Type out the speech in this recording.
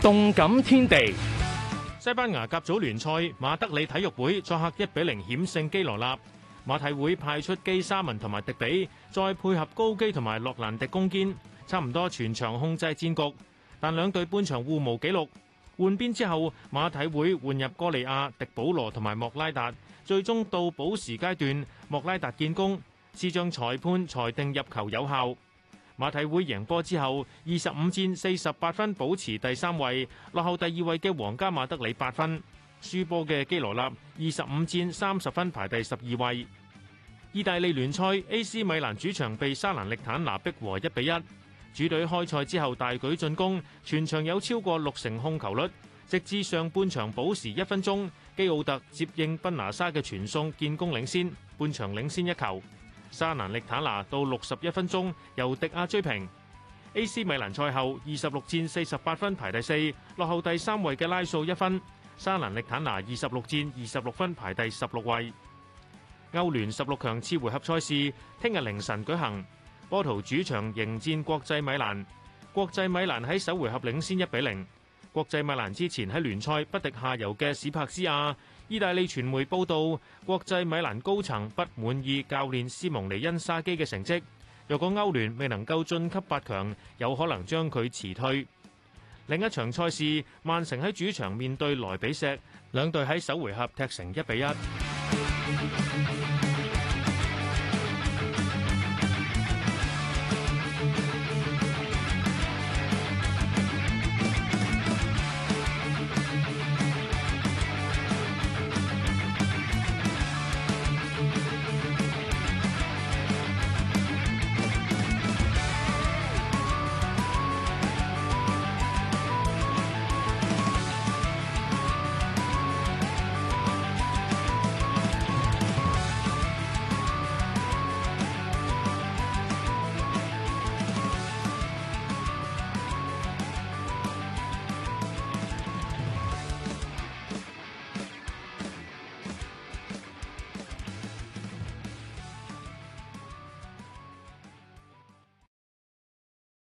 動感天地， 西班牙甲組聯賽，馬德里體育會作客1-0險勝基羅納。馬體會派出基沙文同埋迪比，再配合高基同埋洛蘭迪攻堅，差唔多全場控制戰局。但兩隊半場互無紀錄。換邊之後，馬體會換入哥利亞、迪保羅同埋莫拉達，最終到補時階段，莫拉達建功，視像裁判裁定入球有效。馬體會贏波之後，25戰48分保持第3位，落後第2位嘅皇家馬德里8分。輸波嘅基羅納25戰30分排第12位。意大利聯賽 AC 米蘭主場被沙蘭力坦拿逼和1-1。主隊開賽之後大舉進攻，全場有超過60%控球率，直至上半場補時1分鐘，基奧特接應賓拿沙嘅傳送建功領先，半場領先1球。沙蘭力坦拿到61分鐘由迪亞追平。AC 米蘭賽後26戰48分排第4，落後第3位嘅拉素1分。沙蘭力坦拿26戰26分排第16位。歐聯16強次回合賽事聽日凌晨舉行，波圖主場迎戰國際米蘭。國際米蘭喺首回合領先1-0。國際米蘭之前喺聯賽不敵下游嘅史柏斯亞。意大利傳媒報道，國際米蘭高層不滿意教練斯蒙尼恩沙基嘅成績，若果歐聯未能夠晉級8強，有可能將佢辭退。另一場賽事，曼城喺主場面對萊比錫，兩隊喺首回合踢成1-1。